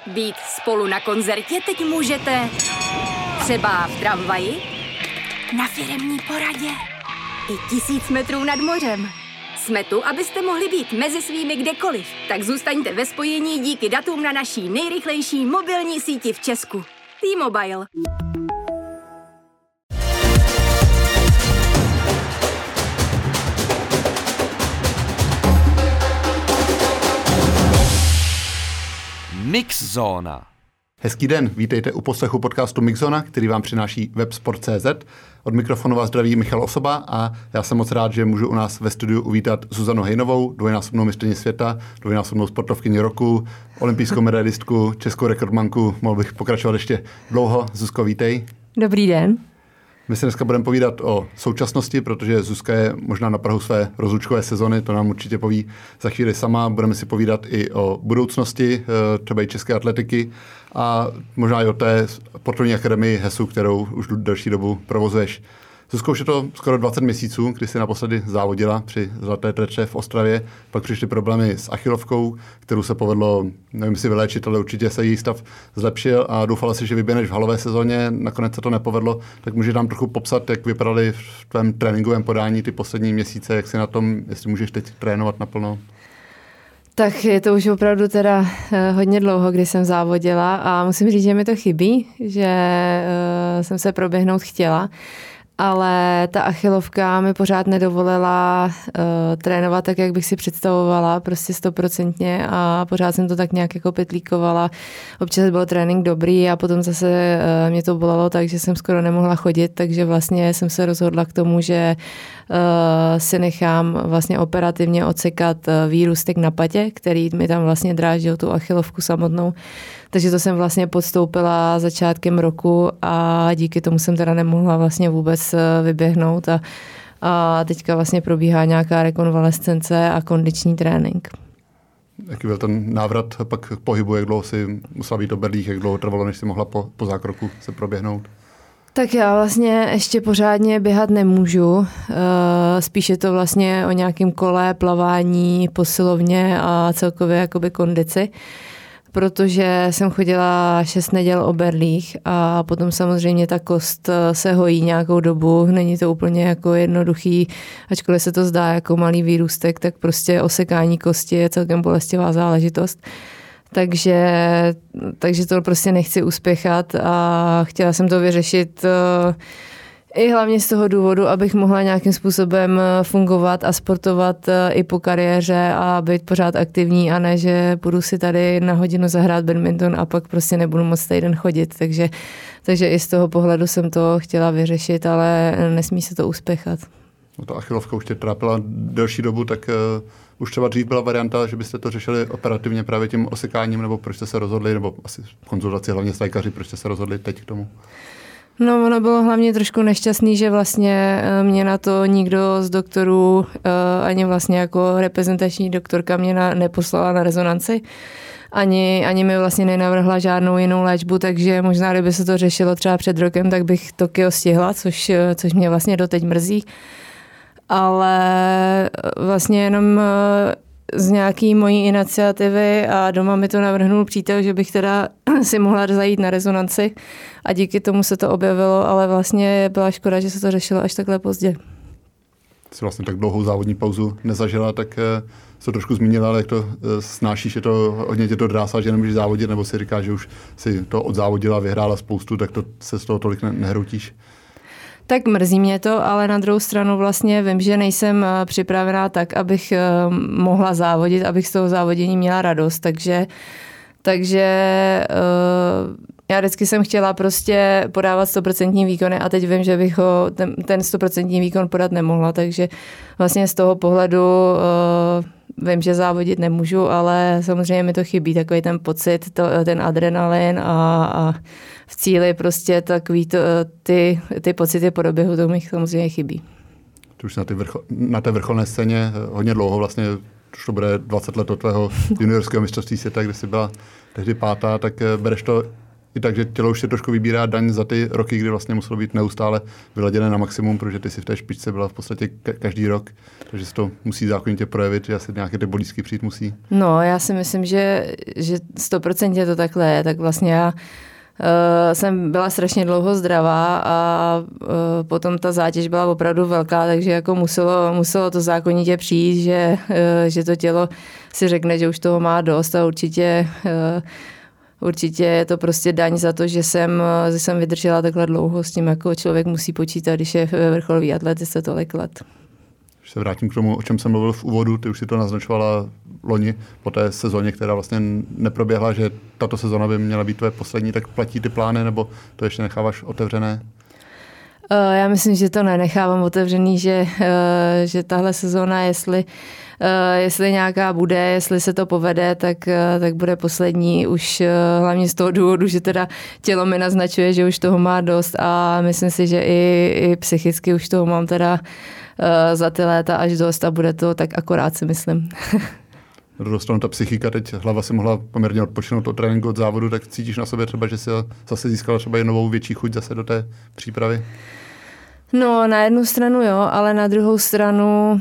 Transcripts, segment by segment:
Být spolu na koncertě teď můžete třeba v tramvaji, na firemní poradě i 1000 metrů nad mořem. Jsme tu, abyste mohli být mezi svými kdekoliv. Tak zůstaňte ve spojení díky datům na naší nejrychlejší mobilní síti v Česku. T-Mobile. Mixzóna. Hezký den, vítejte u poslechu podcastu Mixzóna, který vám přináší websport.cz. Od mikrofonu vás zdraví Michal Osoba a já jsem moc rád, že můžu u nás ve studiu uvítat Zuzanu Hejnovou, dvojnásobnou mistryni světa, dvojnásobnou sportovkyni roku, olympijskou medailistku, českou rekordmanku. Mohl bych pokračovat ještě dlouho. Zuzko, vítej. Dobrý den. My se dneska budeme povídat o současnosti, protože Zuzka je možná na prahu své rozlučkové sezony, to nám určitě poví za chvíli sama. Budeme si povídat i o budoucnosti, třeba i české atletiky a možná i o té sportovní akademii HESu, kterou už delší dobu provozuješ. Zuzko, už je to skoro 20 měsíců, kdy jsi naposledy závodila při Zlaté treče v Ostravě, pak přišly problémy s achilovkou, kterou se povedlo, nevím si vyléčit, ale určitě se její stav zlepšil a doufala si, že vyběhneš v halové sezóně, nakonec se to nepovedlo, tak můžeš nám trochu popsat, jak vypadaly v tvém tréninkovém podání ty poslední měsíce, jak jsi na tom, jestli můžeš teď trénovat naplno? Tak je to už opravdu teda hodně dlouho, kdy jsem závodila a musím říct, že mi to chybí, že jsem se proběhnout chtěla. Ale ta achilovka mi pořád nedovolila trénovat tak, jak bych si představovala, prostě 100% a pořád jsem to tak nějak jako petlíkovala. Občas byl trénink dobrý a potom zase mě to bolelo tak, že jsem skoro nemohla chodit, takže vlastně jsem se rozhodla k tomu, že si nechám vlastně operativně odsekat výrůstek na patě, který mi tam vlastně dráždil tu achilovku samotnou. Takže to jsem vlastně podstoupila začátkem roku a díky tomu jsem teda nemohla vlastně vůbec vyběhnout a teďka vlastně probíhá nějaká rekonvalescence a kondiční trénink. Jaký byl ten návrat pak k pohybu, jak dlouho si musela být o berlích, jak dlouho trvalo, než si mohla po zákroku se proběhnout? Tak já vlastně ještě pořádně běhat nemůžu, spíš je to vlastně o nějakém kole, plavání, posilovně a celkově jakoby kondici. Protože jsem chodila 6 neděl o berlích a potom samozřejmě ta kost se hojí nějakou dobu. Není to úplně jako jednoduchý, ačkoliv se to zdá jako malý výrůstek, tak prostě osekání kosti je celkem bolestivá záležitost. Takže to prostě nechci uspěchat a chtěla jsem to vyřešit i hlavně z toho důvodu, abych mohla nějakým způsobem fungovat a sportovat i po kariéře a být pořád aktivní a ne, že budu si tady na hodinu zahrát badminton a pak prostě nebudu moc týden chodit. Takže i z toho pohledu jsem to chtěla vyřešit, ale nesmí se to uspěchat. No ta achilovka už tě trápila delší dobu, tak už třeba dřív byla varianta, že byste to řešili operativně právě tím osekáním, nebo proč jste se rozhodli, nebo asi konzultaci hlavně s lékaři, proč jste se rozhodli teď k tomu? No, ono bylo hlavně trošku nešťastný, že vlastně mě na to nikdo z doktorů, ani vlastně jako reprezentační doktorka mě neposlala na rezonanci. Ani mi vlastně nenavrhla žádnou jinou léčbu, takže možná, kdyby se to řešilo třeba před rokem, tak bych Tokio stihla, což mě vlastně doteď mrzí. Ale vlastně jenom z nějaký mojí iniciativy a doma mi to navrhnul přítel, že bych teda si mohla zajít na rezonanci a díky tomu se to objevilo, ale vlastně byla škoda, že se to řešilo až takhle pozdě. Jsi vlastně tak dlouhou závodní pauzu nezažila, tak se to trošku zmínila, ale jak to snášíš, je to hodně tě to drásá, že nemůžeš závodit, nebo si říkáš, že už si to odzávodila, vyhrála spoustu, tak to se z toho tolik nehroutíš? Tak mrzí mě to, ale na druhou stranu vlastně vím, že nejsem připravená tak, abych mohla závodit, abych z toho závodění měla radost, takže já vždycky jsem chtěla prostě podávat 100% výkony a teď vím, že bych ten 100% výkon podat nemohla, takže vlastně z toho pohledu vím, že závodit nemůžu, ale samozřejmě mi to chybí, takový ten pocit, ten adrenalin a v cíli prostě takový ty pocity po doběhu, to mi samozřejmě chybí. Ty už na té vrcholné scéně hodně dlouho, vlastně už to bude 20 let od tvého juniorského mistrovství světa, kde jsi byla tehdy 5., tak bereš to i tak, že tělo už si trošku vybírá daň za ty roky, kdy vlastně muselo být neustále vyladěné na maximum, protože ty si v té špičce byla v podstatě každý rok, takže se to musí zákonitě projevit, že asi nějaké ty bolístky přijít musí. No, já si myslím, že 100% to takhle je, tak vlastně já jsem byla strašně dlouho zdravá a potom ta zátěž byla opravdu velká, takže jako muselo to zákonitě přijít, že to tělo si řekne, že už toho má dost a určitě je to prostě daň za to, že jsem vydržela takhle dlouho, s tím jako člověk musí počítat, když je vrcholový atletice tolik let. Když se vrátím k tomu, o čem jsem mluvil v úvodu, ty už si to naznačovala loni po té sezóně, která vlastně neproběhla, že tato sezóna by měla být tvoje poslední, tak platí ty plány, nebo to ještě necháváš otevřené? Já myslím, že to nenechávám otevřený, že tahle sezóna, jestli nějaká bude, jestli se to povede, tak bude poslední už hlavně z toho důvodu, že teda tělo mi naznačuje, že už toho má dost a myslím si, že i psychicky už toho mám teda za ty léta až dost a bude to tak akorát, si myslím. Dostanu ta psychika, teď hlava si mohla poměrně odpočinout od tréninku, od závodu, tak cítíš na sobě třeba, že jsi zase získala třeba i novou větší chuť zase do té přípravy? No, na jednu stranu jo, ale na druhou stranu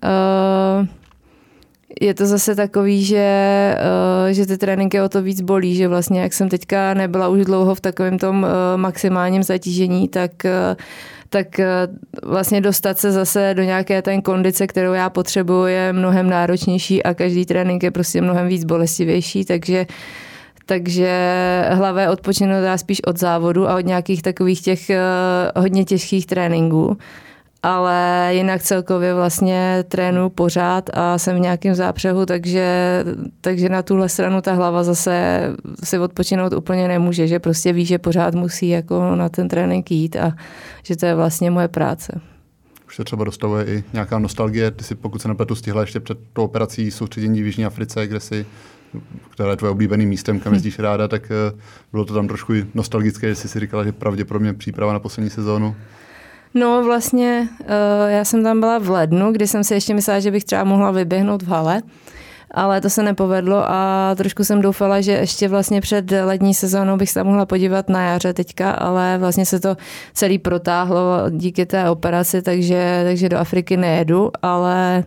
je to zase takový, že ty tréninky o to víc bolí, že vlastně jak jsem teďka nebyla už dlouho v takovém tom maximálním zatížení, tak vlastně dostat se zase do nějaké té kondice, kterou já potřebuji, je mnohem náročnější a každý trénink je prostě mnohem víc bolestivější, takže hlava je odpočinutá spíš od závodu a od nějakých takových těch hodně těžkých tréninků. Ale jinak celkově vlastně trénuju pořád a jsem v nějakém zápřehu, takže na tuhle stranu ta hlava zase si odpočinout úplně nemůže, že prostě ví, že pořád musí jako na ten trénink jít a že to je vlastně moje práce. Už se třeba dostavuje i nějaká nostalgie, ty si pokud se nepletu stihla ještě před tou operací soustředění v Jižní Africe, která je tvoje oblíbeným místem, kam jezdíš ráda, tak bylo to tam trošku nostalgické, že jsi si říkala, že pravděpodobně příprava na poslední sezónu. No vlastně já jsem tam byla v lednu, kdy jsem si ještě myslela, že bych třeba mohla vyběhnout v hale, ale to se nepovedlo a trošku jsem doufala, že ještě vlastně před letní sezónou bych se tam mohla podívat na jaře teďka, ale vlastně se to celý protáhlo díky té operaci, takže do Afriky nejedu, ale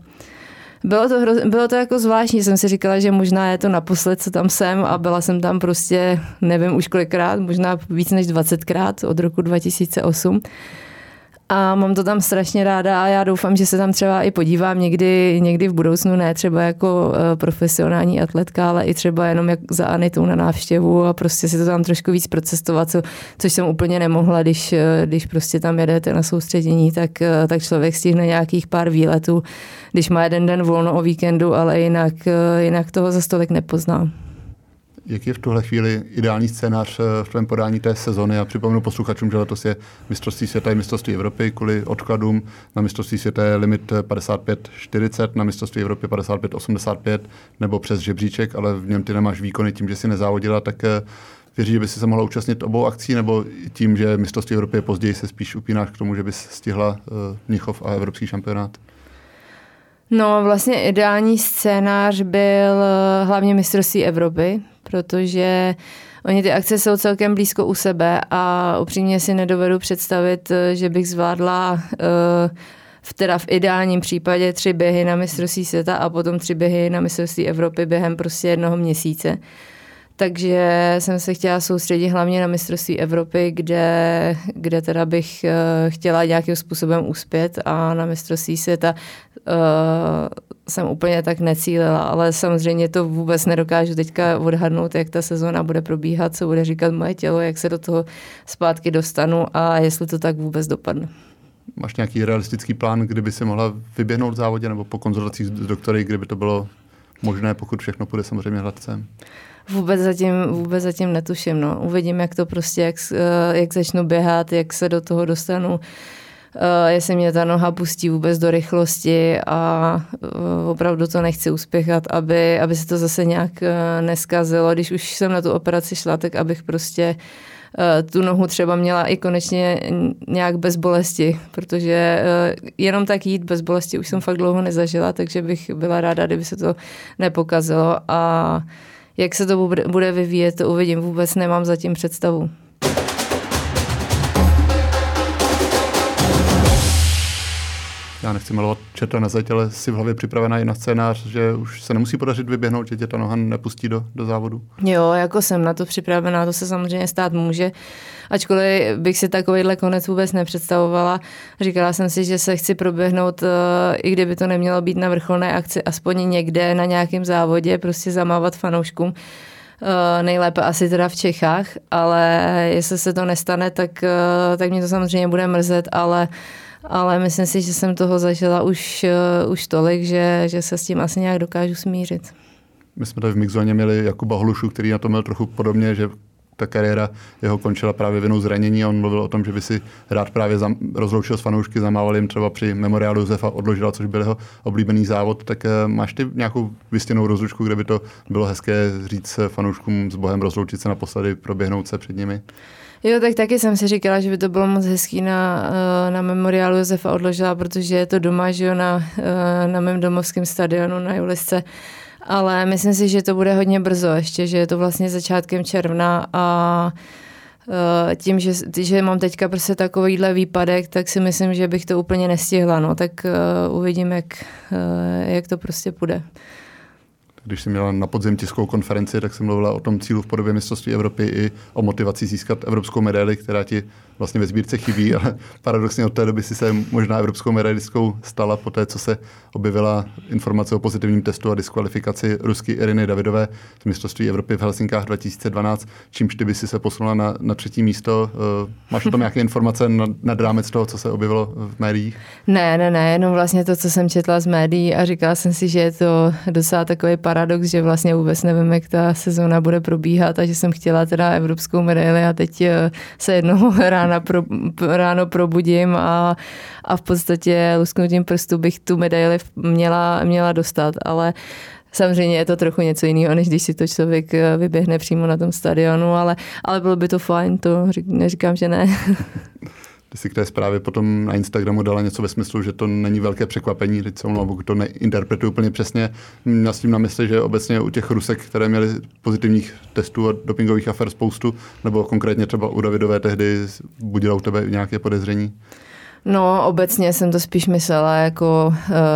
bylo to jako zvláštní, jsem si říkala, že možná je to naposled, co tam jsem a byla jsem tam prostě nevím už kolikrát, možná víc než 20krát od roku 2008. A mám to tam strašně ráda a já doufám, že se tam třeba i podívám někdy v budoucnu, ne třeba jako profesionální atletka, ale i třeba jenom jak za Anitou na návštěvu a prostě si to tam trošku víc procestovat, což jsem úplně nemohla, když prostě tam jedete na soustředění, tak člověk stihne nějakých pár výletů, když má jeden den volno o víkendu, ale jinak toho za stolik nepoznám. Jaký je v tuhle chvíli ideální scénář v tvém podání té sezony? Já připomenu posluchačům, že letos je mistrovství světa i mistrovství Evropy kvůli odkladům. Na mistrovství světa je limit 55-40, na mistrovství Evropy 55-85 nebo přes žebříček, ale v něm ty nemáš výkony tím, že si nezávodila, tak věříš, že by si se mohla účastnit obou akcí, nebo tím, že mistrovství Evropy je později, se spíš upínáš k tomu, že bys stihla Mnichov a evropský šampionát? No vlastně ideální scénář byl hlavně mistrovství Evropy, protože oni ty akce jsou celkem blízko u sebe a upřímně si nedovedu představit, že bych zvládla v ideálním případě 3 běhy na mistrovství světa a potom 3 běhy na mistrovství Evropy během prostě 1 měsíce. Takže jsem se chtěla soustředit hlavně na mistrovství Evropy, kde teda bych chtěla nějakým způsobem uspět a na mistrovství světa jsem úplně tak necílila, ale samozřejmě to vůbec nedokážu teďka odhadnout, jak ta sezóna bude probíhat, co bude říkat moje tělo, jak se do toho zpátky dostanu a jestli to tak vůbec dopadne. Máš nějaký realistický plán, kdyby si mohla vyběhnout v závodě nebo po konzultacích s doktory, kdyby to bylo možné, pokud všechno půjde samozřejmě hladce? Vůbec zatím netuším. No. Uvidím, jak to prostě, jak začnu běhat, jak se do toho dostanu, jestli mě ta noha pustí vůbec do rychlosti a opravdu to nechci uspěchat, aby se to zase nějak neskazilo. Když už jsem na tu operaci šla, tak abych prostě tu nohu třeba měla i konečně nějak bez bolesti, protože jenom tak jít bez bolesti už jsem fakt dlouho nezažila, takže bych byla ráda, kdyby se to nepokazilo a Jak se to bude vyvíjet, to uvidím. Vůbec nemám zatím představu. Já nechci malovat čerta na zeď, ale jsi v hlavě připravená i na scénář, že už se nemusí podařit vyběhnout, že tě ta noha nepustí do závodu? Jo, jako jsem na to připravená, to se samozřejmě stát může. Ačkoliv bych si takovýhle konec vůbec nepředstavovala. Říkala jsem si, že se chci proběhnout, i kdyby to nemělo být na vrcholné akci, aspoň někde na nějakém závodě, prostě zamávat fanouškům. Nejlépe asi teda v Čechách, ale jestli se to nestane, tak mě to samozřejmě bude mrzet, ale myslím si, že jsem toho zažila už tolik, že se s tím asi nějak dokážu smířit. My jsme tady v Mixzóně měli Jakuba Holušu, který na to měl trochu podobně, že ta kariéra jeho končila právě vinou zranění a on mluvil o tom, že by si rád právě rozloučil s fanoušky, zamával jim třeba při memoriálu Josefa Odložila, což byl jeho oblíbený závod. Tak máš ty nějakou vystěnou rozlučku, kde by to bylo hezké říct fanouškům s Bohem, rozloučit se naposledy, proběhnout se před nimi? Jo, tak taky jsem si říkala, že by to bylo moc hezký na memoriálu Josefa Odložila, protože je to doma, že jo, na mém domovském stadionu na Julisce. Ale myslím si, že to bude hodně brzo ještě, že je to vlastně začátkem června a tím, že mám teďka prostě takovýhle výpadek, tak si myslím, že bych to úplně nestihla, no, tak uvidím, jak to prostě půjde. Když jsi měla na podzim tiskovou konferenci, tak jsem mluvila o tom cílu v podobě mistrovství Evropy i o motivaci získat evropskou medaili, která ti vlastně ve sbírce chybí, ale paradoxně od té doby si se možná evropskou medailistkou stala po té, co se objevila informace o pozitivním testu a diskvalifikaci rusky Iriny Davidové z mistrovství Evropy v Helsinkách 2012, čímž ty by si se posunula na 3. místo. Máš o tom nějaké informace nad rámec toho, co se objevilo v médiích? Ne, jenom vlastně to, co jsem četla z médií a říkala jsem si, že je to docela takový paradox, že vlastně vůbec nevím, jak ta sezóna bude probíhat a že jsem chtěla teda evropskou medaili a teď se jednoho ráno probudím a v podstatě lusknutím prstu bych tu medaili měla dostat, ale samozřejmě je to trochu něco jiného, než když si to člověk vyběhne přímo na tom stadionu, ale bylo by to fajn, to neříkám, že ne. Ty si k té zprávě potom na Instagramu dala něco ve smyslu, že to není velké překvapení, teď se omlouvám, pokud to neinterpretuji úplně přesně. Měl s tím na mysli, že obecně u těch Rusek, které měly pozitivních testů a dopingových afer spoustu, nebo konkrétně třeba u Davidové tehdy budilo u tebe nějaké podezření? No, obecně jsem to spíš myslela jako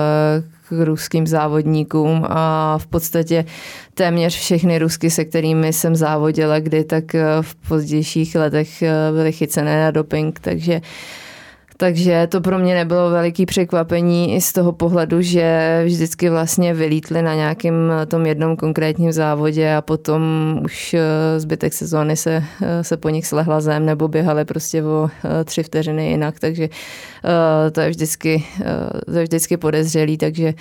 k ruským závodníkům a v podstatě téměř všechny Rusky, se kterými jsem závodila kdy, tak v pozdějších letech byly chycené na doping, takže to pro mě nebylo veliký překvapení i z toho pohledu, že vždycky vlastně vylítli na nějakém tom jednom konkrétním závodě a potom už zbytek sezóny se po nich slehla zem nebo běhali prostě o 3 vteřiny jinak, takže to je vždycky podezřelý,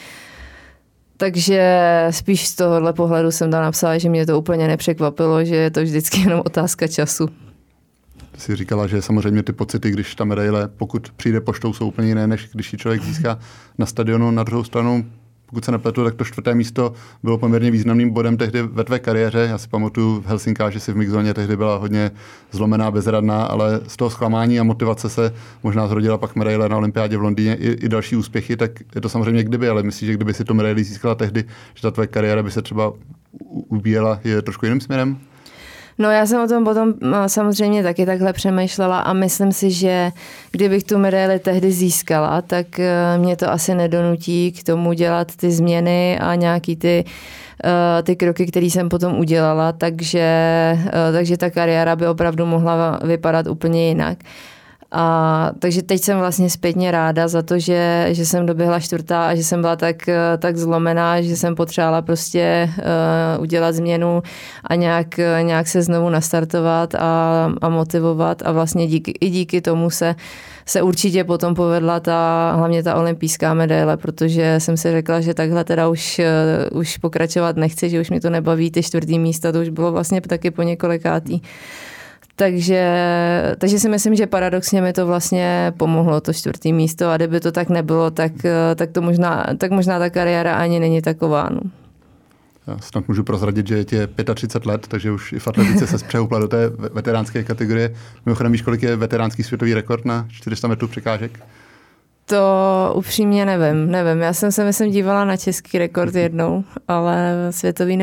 takže spíš z tohohle pohledu jsem tam napsala, že mě to úplně nepřekvapilo, že je to vždycky jenom otázka času. Jsi říkala, že samozřejmě ty pocity, když ta medaile, pokud přijde poštou, jsou úplně jiné, než když ji člověk získá na stadionu. Na druhou stranu, pokud se nepletu, tak to 4. místo bylo poměrně významným bodem tehdy ve tvé kariéře. Já si pamatuju v Helsinkách, že si v Mixzóně tehdy byla hodně zlomená, bezradná, ale z toho zklamání a motivace se možná zrodila pak medaile na olympiádě v Londýně i další úspěchy, tak je to samozřejmě kdyby, ale myslíš, že kdyby si to medaili získala tehdy, že ta tvé kariéra by se třeba ubíjela je trošku jiným směrem? No já jsem o tom potom samozřejmě taky takhle přemýšlela a myslím si, že kdybych tu medaili tehdy získala, tak mě to asi nedonutí k tomu dělat ty změny a nějaký ty kroky, které jsem potom udělala, takže ta kariéra by opravdu mohla vypadat úplně jinak. Takže teď jsem vlastně zpětně ráda za to, že jsem doběhla 4. a že jsem byla tak zlomená, že jsem potřebovala prostě udělat změnu a nějak se znovu nastartovat a motivovat a vlastně díky tomu se určitě potom povedla hlavně ta olympijská medaile, protože jsem si řekla, že takhle teda už pokračovat nechci, že už mi to nebaví, ty 4. místa, to už bylo vlastně taky po několikátý. Takže si myslím, že paradoxně mi to vlastně pomohlo, to 4. místo, a kdyby to tak nebylo, tak možná ta kariéra ani není taková. No. Já snad můžu prozradit, že je tě 35 let, takže už i v atletice se přehoupla do té veteránské kategorie. Mimochodem víš, kolik je veteránský světový rekord na 400 metrů překážek? To upřímně nevím. Já jsem se dívala na český rekord jednou, ale světový nevím.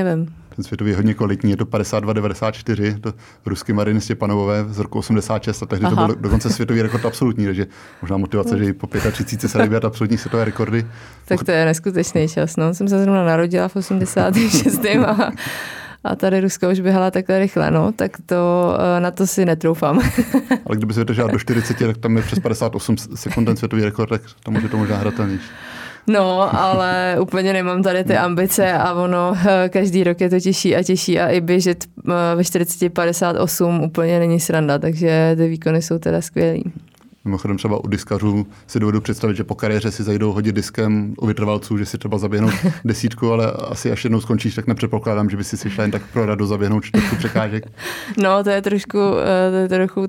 Ten světový je hodně kvalitní, je to 52,94, to ruský Mariny Stěpanovové z roku 86 a tehdy to byl dokonce světový rekord absolutní, takže možná motivace, že i po 35 se vybírat absolutní světové rekordy. Tak to je neskutečný čas, no. Jsem se zrovna narodila v 86. a tady Ruska už běhala takhle rychle, no, tak to na to si netroufám. Ale kdyby se vydržela do 40, tak tam je přes 58 sekund ten světový rekord, tak tam už je to možná hratelnější. No, ale úplně nemám tady ty ambice a ono každý rok je to těžší a i běžet ve 40-58 úplně není sranda, takže ty výkony jsou teda skvělý. Mimochodem třeba u diskařů si dovedu představit, že po kariéře si zajdou hodit diskem, u vytrvalců, že si třeba zaběhnou 10, ale asi až jednou skončíš, tak nepředpokládám, že by si šla jen tak pro radost zaběhnout 4 překážek. No, to je trochu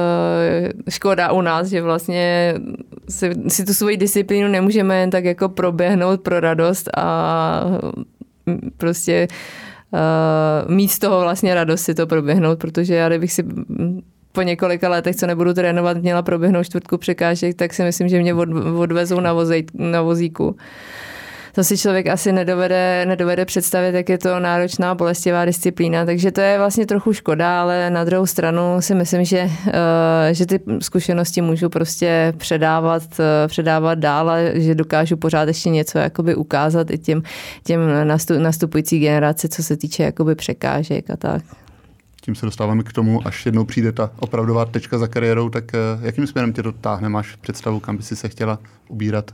škoda u nás, že vlastně si tu svoji disciplínu nemůžeme jen tak jako proběhnout pro radost a prostě mít z toho vlastně radost si to proběhnout, protože já kdybych si po několika letech, co nebudu trénovat, měla proběhnout 4 překážek, tak si myslím, že mě odvezou na vozíku. To si člověk asi nedovede představit, jak je to náročná, bolestivá disciplína, takže to je vlastně trochu škoda, ale na druhou stranu si myslím, že ty zkušenosti můžu prostě předávat dál a že dokážu pořád ještě něco jakoby ukázat i těm nastupující generaci, co se týče jakoby překážek a tak. Tím se dostáváme k tomu, až jednou přijde ta opravdová tečka za kariérou, tak jakým směrem tě to táhne? Máš představu, kam by si se chtěla ubírat?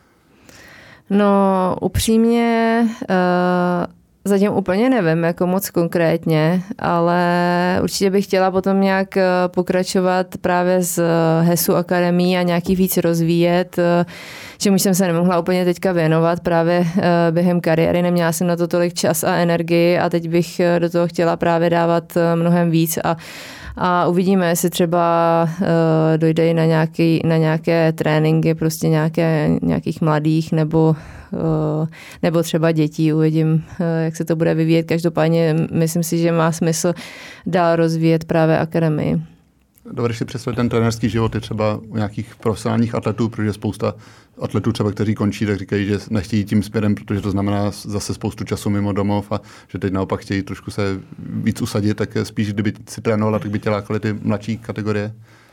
No, upřímně zatím úplně nevím, jako moc konkrétně, ale určitě bych chtěla potom nějak pokračovat právě z HESU Akademii a nějaký víc rozvíjet, čemu jsem se nemohla úplně teďka věnovat právě během kariéry, neměla jsem na to tolik čas a energii a teď bych do toho chtěla právě dávat mnohem víc a uvidíme, jestli třeba dojde i na nějaké tréninky, prostě nějakých mladých nebo třeba dětí. Uvidím, jak se to bude vyvíjet. Každopádně myslím si, že má smysl dál rozvíjet právě akademii. Dovedeš si představit ten trenérský život je třeba u nějakých profesionálních atletů, protože spousta atletů třeba, kteří končí, tak říkají, že nechtějí tím směrem, protože to znamená zase spoustu času mimo domov a že teď naopak chtějí trošku se víc usadit, tak spíš, kdyby si trénovala, tak by tě lákaly ty mladší kategorie.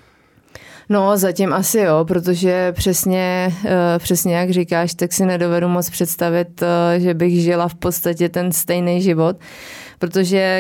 No, zatím asi jo, protože přesně jak říkáš, tak si nedovedu moc představit, že bych žila v podstatě ten stejný život, protože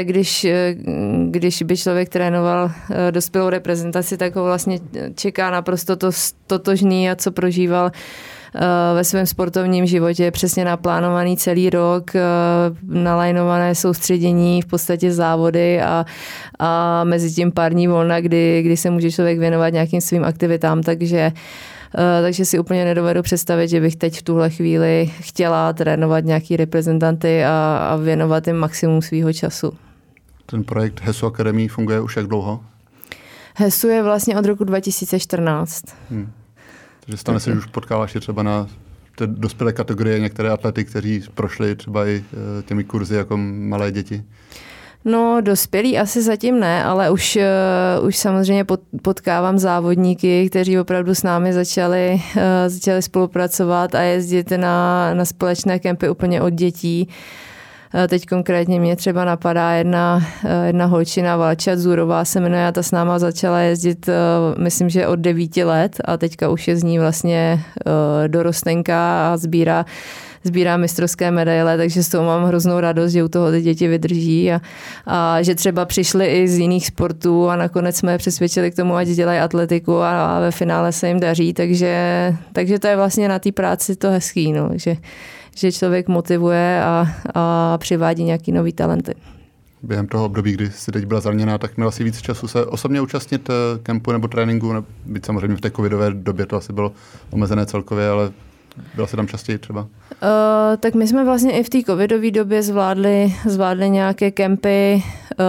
když by člověk trénoval dospělou reprezentaci, tak ho vlastně čeká naprosto to totožný a co prožíval ve svém sportovním životě, přesně naplánovaný celý rok, nalajnované soustředění, v podstatě závody a mezi tím pár dní volna, kdy se může člověk věnovat nějakým svým aktivitám, takže si úplně nedovedu představit, že bych teď v tuhle chvíli chtěla trénovat nějaký reprezentanty a věnovat jim maximum svýho času. Ten projekt HESU Academy funguje už jak dlouho? HESU je vlastně od roku 2014. Takže stane se, že už potkáváš je třeba na té dospělé kategorie některé atlety, kteří prošli třeba i těmi kurzy jako malé děti? No, dospělí asi zatím ne, ale už samozřejmě potkávám závodníky, kteří opravdu s námi začali spolupracovat a jezdit na společné kempy úplně od dětí. Teď konkrétně mě třeba napadá jedna holčina, Valča Zurová se jmenuje, a ta s náma začala jezdit, myslím, že od 9 let a teďka už je z ní vlastně dorostenka a sbírá mistrovské medaile, takže z toho mám hroznou radost, že u toho ty děti vydrží a že třeba přišli i z jiných sportů a nakonec jsme je přesvědčili k tomu, ať dělají atletiku a ve finále se jim daří, takže to je vlastně na té práci to hezký, no, že člověk motivuje a přivádí nějaký nový talenty. Během toho období, kdy jsi teď byla zraněná, tak měla si víc času se osobně účastnit kempu nebo tréninku, byť samozřejmě v té covidové době to asi bylo omezené celkově, ale byla jsi tam častěji třeba? Tak my jsme vlastně i v té covidové době zvládli nějaké kempy,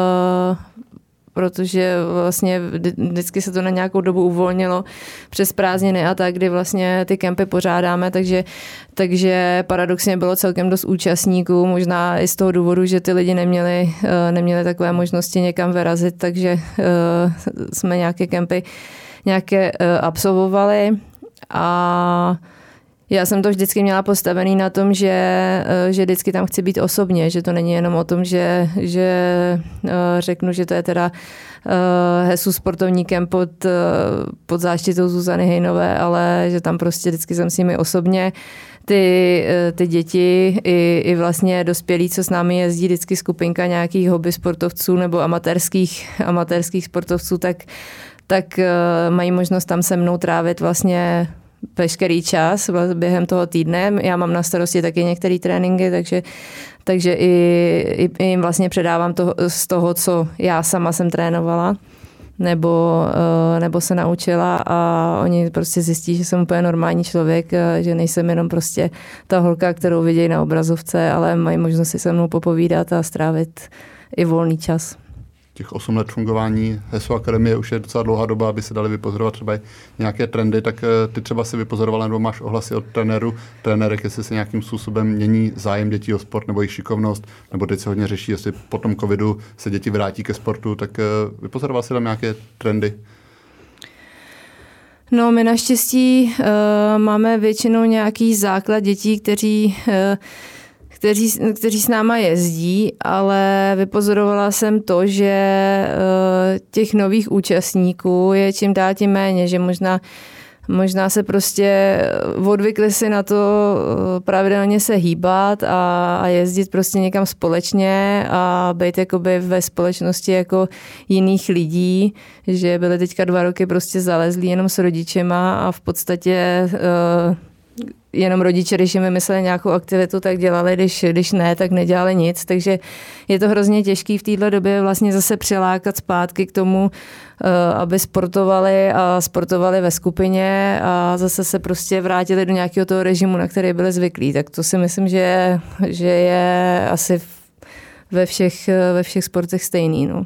protože vlastně vždycky se to na nějakou dobu uvolnilo přes prázdniny a tak, kdy vlastně ty kempy pořádáme, takže paradoxně bylo celkem dost účastníků, možná i z toho důvodu, že ty lidi neměli takové možnosti někam vyrazit, takže jsme nějaké kempy absolvovali a Já jsem to vždycky měla postavený na tom, že vždycky tam chci být osobně, že to není jenom o tom, že řeknu, že to je teda hesu sportovníkem pod záštitou Zuzany Hejnové, ale že tam prostě vždycky jsem s nimi osobně. Ty děti i vlastně dospělí, co s námi jezdí, vždycky skupinka nějakých hobby sportovců nebo amatérských sportovců, tak mají možnost tam se mnou trávit vlastně veškerý čas během toho týdne. Já mám na starosti taky některé tréninky, takže i jim vlastně předávám z toho, co já sama jsem trénovala nebo se naučila a oni prostě zjistí, že jsem úplně normální člověk, že nejsem jenom prostě ta holka, kterou vidějí na obrazovce, ale mají možnost si se mnou popovídat a strávit i volný čas. Těch 8 let fungování HESU Akademie už je docela dlouhá doba, aby se dali vypozorovat třeba nějaké trendy, tak ty třeba si vypozorovala nebo máš ohlasy od trenérek, jestli se nějakým způsobem mění zájem dětí o sport nebo jejich šikovnost, nebo teď se hodně řeší, jestli po tom covidu se děti vrátí ke sportu, tak vypozoroval si tam nějaké trendy? No, my naštěstí máme většinou nějaký základ dětí, kteří s náma jezdí, ale vypozorovala jsem to, že těch nových účastníků je čím dál tím méně, že možná se prostě odvykli si na to pravidelně se hýbat a jezdit prostě někam společně a být jakoby ve společnosti jako jiných lidí, že byly teďka 2 roky prostě zalezlí jenom s rodičema a v podstatě jenom rodiče, když jim vymysleli nějakou aktivitu, tak dělali, když ne, tak nedělali nic. Takže je to hrozně těžké v této době vlastně zase přilákat zpátky k tomu, aby sportovali ve skupině a zase se prostě vrátili do nějakého toho režimu, na který byli zvyklí. Tak to si myslím, že je asi ve všech sportech stejný. No.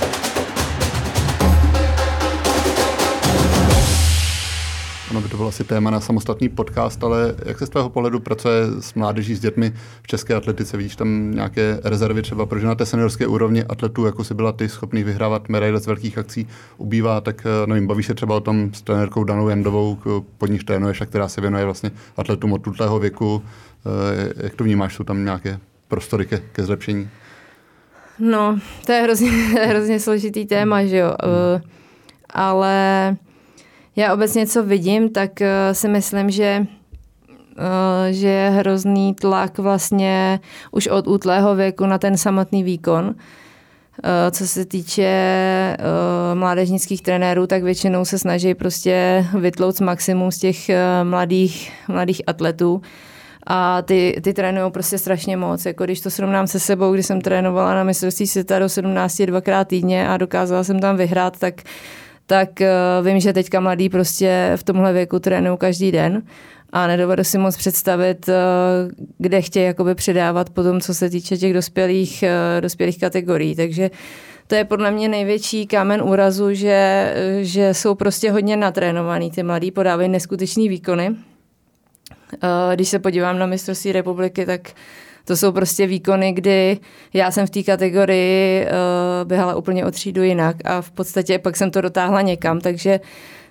Ono by to bylo asi téma na samostatný podcast, ale jak se z tvého pohledu pracuje s mládeží, s dětmi v české atletice? Vidíš tam nějaké rezervy třeba, protože na té seniorské úrovni atletů, jako si byla ty, schopný vyhrávat medaile z velkých akcí, ubývá, tak nevím, bavíš se třeba o tom s trenérkou Danou Jandovou, pod níž trénuješ a která se věnuje vlastně atletům od tutlého věku. Jak to vnímáš, jsou tam nějaké prostory ke zlepšení? No, to je hrozně složitý téma, že jo, ale já obecně, co vidím, tak si myslím, že je hrozný tlak vlastně už od útlého věku na ten samotný výkon. Co se týče mládežnických trenérů, tak většinou se snaží prostě vytlouct maximum z těch mladých atletů. A ty trénují prostě strašně moc. Jako když to srovnám se sebou, když jsem trénovala na mistrovství světa do 17 2x týdně a dokázala jsem tam vyhrát, tak vím, že teďka mladí prostě v tomhle věku trénují každý den a nedovedu si moc představit, kde chtějí jakoby předávat potom, co se týče těch dospělých kategorií. Takže to je podle mě největší kámen úrazu, že jsou prostě hodně natrénovaný. Ty mladí podávají neskutečný výkony. Když se podívám na mistrovství republiky, tak to jsou prostě výkony, kdy já jsem v té kategorii běhala úplně o třídu jinak a v podstatě pak jsem to dotáhla někam, takže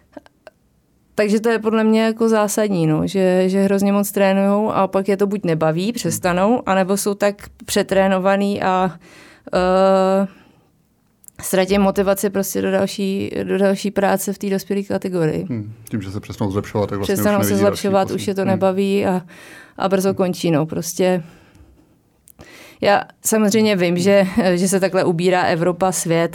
to je podle mě jako zásadní, no, že hrozně moc trénujou a pak je to buď nebaví, přestanou, anebo jsou tak přetrénovaný a ztratí motivaci prostě do další práce v té dospělé kategorii. Tím, že se přestanou zlepšovat, tak vlastně přestanou se zlepšovat, už je to nebaví a brzo končí, no, prostě. Já samozřejmě vím, že se takhle ubírá Evropa, svět,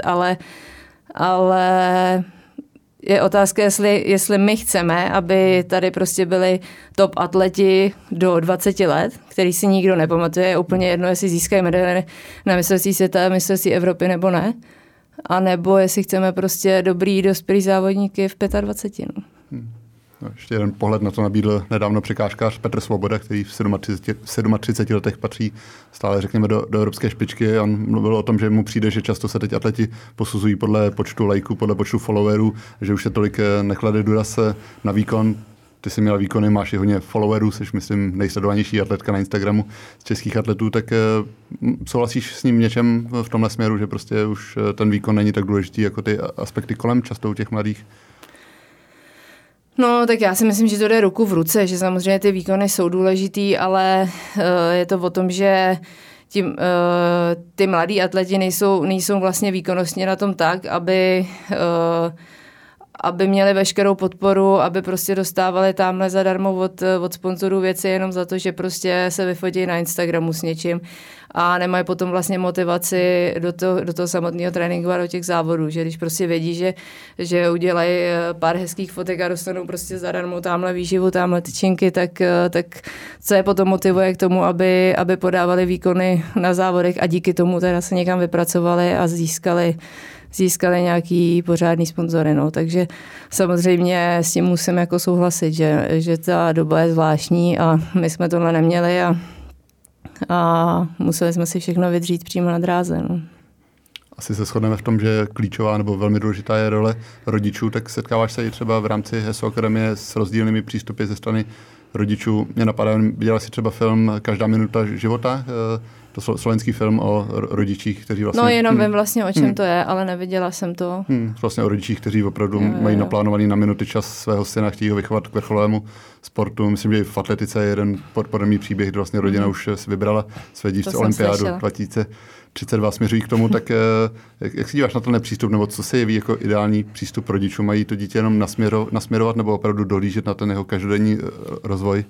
ale je otázka, jestli my chceme, aby tady prostě byli top atleti do 20 let, který si nikdo nepamatuje, je úplně jedno, jestli získají medaile na mistrovství světa, mistrovství Evropy nebo ne, anebo jestli chceme prostě dobrý dospělý závodníky v 25. No. Ještě jeden pohled na to nabídl nedávno překážkář Petr Svoboda, který v 37 letech patří stále, řekněme, do evropské špičky. On mluvil o tom, že mu přijde, že často se teď atleti posuzují podle počtu lajků, podle počtu followerů, že už se tolik neklade důraz na výkon. Ty jsi měla výkony, máš i hodně followerů, jsi, myslím, nejsledovanější atletka na Instagramu z českých atletů, tak souhlasíš s ním něčem v tomhle směru, že prostě už ten výkon není tak důležitý jako ty aspekty kolem často u těch mladých? No, tak já si myslím, že to jde ruku v ruce, že samozřejmě ty výkony jsou důležitý, ale je to o tom, že ty mladí atleti nejsou vlastně výkonnostně na tom tak, aby měli veškerou podporu, aby prostě dostávali tamhle zadarmo od sponzorů věci jenom za to, že prostě se vyfotí na Instagramu s něčím a nemají potom vlastně motivaci do toho samotného tréninku a do těch závodů, že když prostě vědí, že udělají pár hezkých fotek a dostanou prostě zadarmo tamhle výživu, tamhle tyčinky, tak co je potom motivuje k tomu, aby podávali výkony na závodech a díky tomu teda se někam vypracovali a získali nějaký pořádný sponzory, no. Takže samozřejmě s tím musím jako souhlasit, že ta doba je zvláštní a my jsme tohle neměli a museli jsme si všechno vydřít přímo na dráze, no. Asi se shodneme v tom, že klíčová nebo velmi důležitá je role rodičů, tak setkáváš se i třeba v rámci HESO Akademie s rozdílnými přístupy ze strany rodičů. Mě napadá, viděla si třeba film Každá minuta života, to slovenský film o rodičích, kteří vlastně... No jenom vím vlastně, o čem to je, ale neviděla jsem to. Vlastně o rodičích, kteří opravdu mají naplánovaný na minuty čas svého syna, chtějí ho vychovat k vrcholovému sportu. Myslím, že i v atletice je jeden podobný příběh, kde vlastně rodina už si vybrala své dívce olympiádu 2032, směřují k tomu, tak jak si díváš na ten přístup, nebo co se jeví jako ideální přístup rodičů? Mají to dítě jenom nasměrovat nebo opravdu dohlížet na ten jeho každodenní rozvoj?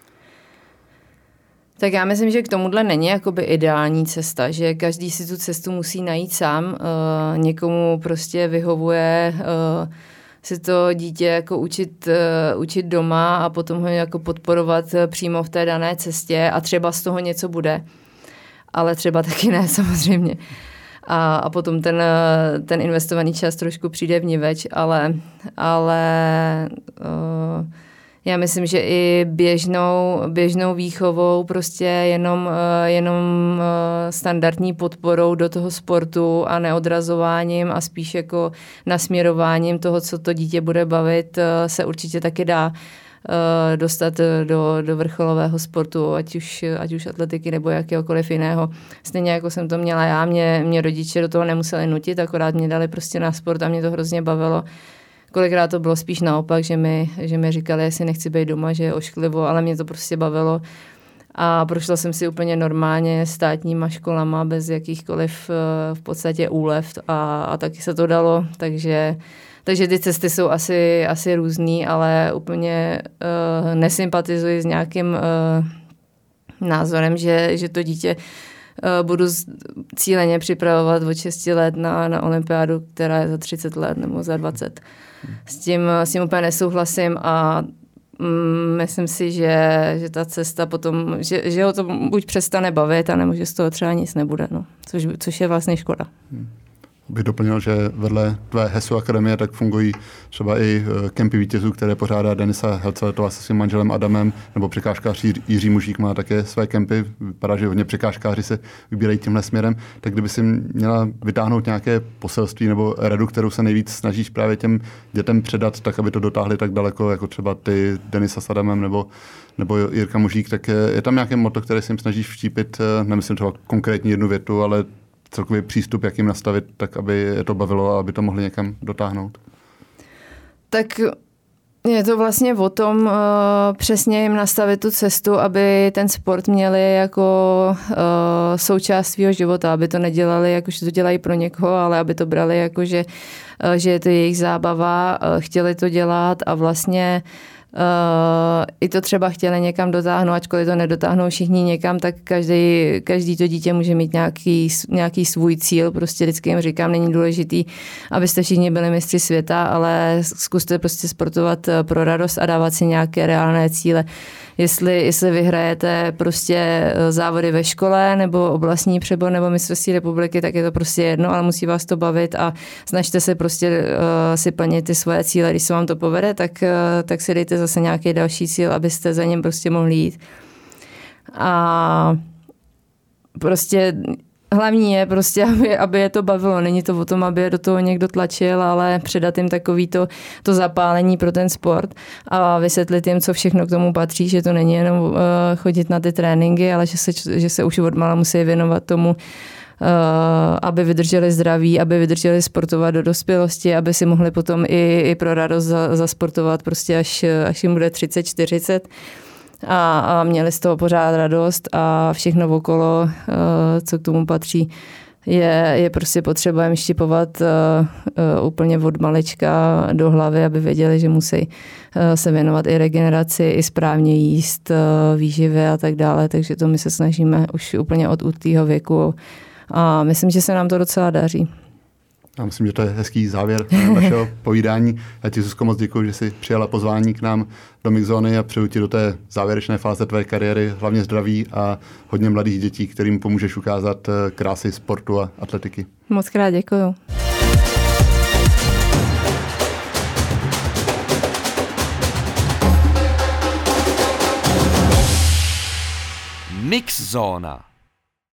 Tak já myslím, že k tomuhle není jakoby ideální cesta, že každý si tu cestu musí najít sám. Někomu prostě vyhovuje si to dítě jako učit doma a potom ho jako podporovat přímo v té dané cestě a třeba z toho něco bude. Ale třeba taky ne, samozřejmě. A potom ten investovaný čas trošku přijde vniveč, ale já myslím, že i běžnou výchovou, prostě jenom standardní podporou do toho sportu a neodrazováním a spíš jako nasměrováním toho, co to dítě bude bavit, se určitě taky dá dostat do vrcholového sportu, ať už atletiky nebo jakéhokoliv jiného. Stejně jako jsem to měla já, mě rodiče do toho nemuseli nutit, akorát mě dali prostě na sport a mě to hrozně bavilo. Kolikrát to bylo spíš naopak, že mi říkali, jestli nechci být doma, že je ošklivo, ale mě to prostě bavilo. A prošla jsem si úplně normálně státníma školama bez jakýchkoliv v podstatě úlev a taky se to dalo, takže ty cesty jsou asi různý, ale úplně nesympatizuji s nějakým názorem, že to dítě budu cíleně připravovat od 6 let na olympiádu, která je za 30 let nebo za 20. S tím úplně nesouhlasím a myslím si, že ta cesta potom, že ho to buď přestane bavit, anebo že z toho třeba nic nebude, no. Což je vlastně škoda. Bych doplnil, že vedle tvé HESO Akademie tak fungují třeba i kempy vítězů, které pořádá Denisa Helceletová se svým manželem Adamem, nebo překážkář Jiří Mužík má také své kempy. Vypadá, že hodně překážkáři se vybírají tímhle směrem. Tak kdyby si měla vytáhnout nějaké poselství nebo radu, kterou se nejvíc snažíš právě těm dětem předat, tak aby to dotáhli tak daleko, jako třeba ty Denisa s Adamem nebo Jirka Mužík, tak je tam nějaké motto, které si jim snažíš vštípit, nemyslím třeba konkrétní jednu větu, ale celkový přístup, jak jim nastavit, tak aby je to bavilo a aby to mohli někam dotáhnout? Tak je to vlastně o tom přesně jim nastavit tu cestu, aby ten sport měli jako součást svého života, aby to nedělali, jako že to dělají pro někoho, ale aby to brali jako, že je to jejich zábava, chtěli to dělat a vlastně i to třeba chtěli někam dotáhnout, ačkoliv to nedotáhnou všichni někam, tak každý to dítě může mít nějaký svůj cíl. Prostě vždycky jim říkám, není důležitý, abyste všichni byli mistři světa, ale zkuste prostě sportovat pro radost a dávat si nějaké reálné cíle. Jestli vyhrajete prostě závody ve škole nebo oblastní přebor nebo mistrovství republiky, tak je to prostě jedno, ale musí vás to bavit a snažte se prostě si plnit ty svoje cíle. Když se vám to povede, tak si dejte zase nějaký další cíl, abyste za něm prostě mohli jít. A prostě hlavní je prostě, aby je to bavilo. Není to o tom, aby je do toho někdo tlačil, ale předat jim takový to zapálení pro ten sport a vysvětlit jim, co všechno k tomu patří, že to není jenom chodit na ty tréninky, ale že se už odmala musí věnovat tomu aby vydrželi zdraví, aby vydrželi sportovat do dospělosti, aby si mohli potom i pro radost zasportovat prostě až jim bude 30, 40 a měli z toho pořád radost a všechno okolo, co k tomu patří, je prostě potřeba jim štěpovat úplně od malička do hlavy, aby věděli, že musí se věnovat i regeneraci, i správně jíst, výživě a tak dále, takže to my se snažíme už úplně od útlýho věku a myslím, že se nám to docela daří. Já myslím, že to je hezký závěr našeho povídání. Já ti, Zuzko, moc děkuji, že jsi přijala pozvání k nám do Mixzóny a přeju ti do té závěrečné fáze tvé kariéry hlavně zdraví a hodně mladých dětí, kterým pomůžeš ukázat krásy sportu a atletiky. Moc krát děkuju. Mixzóna.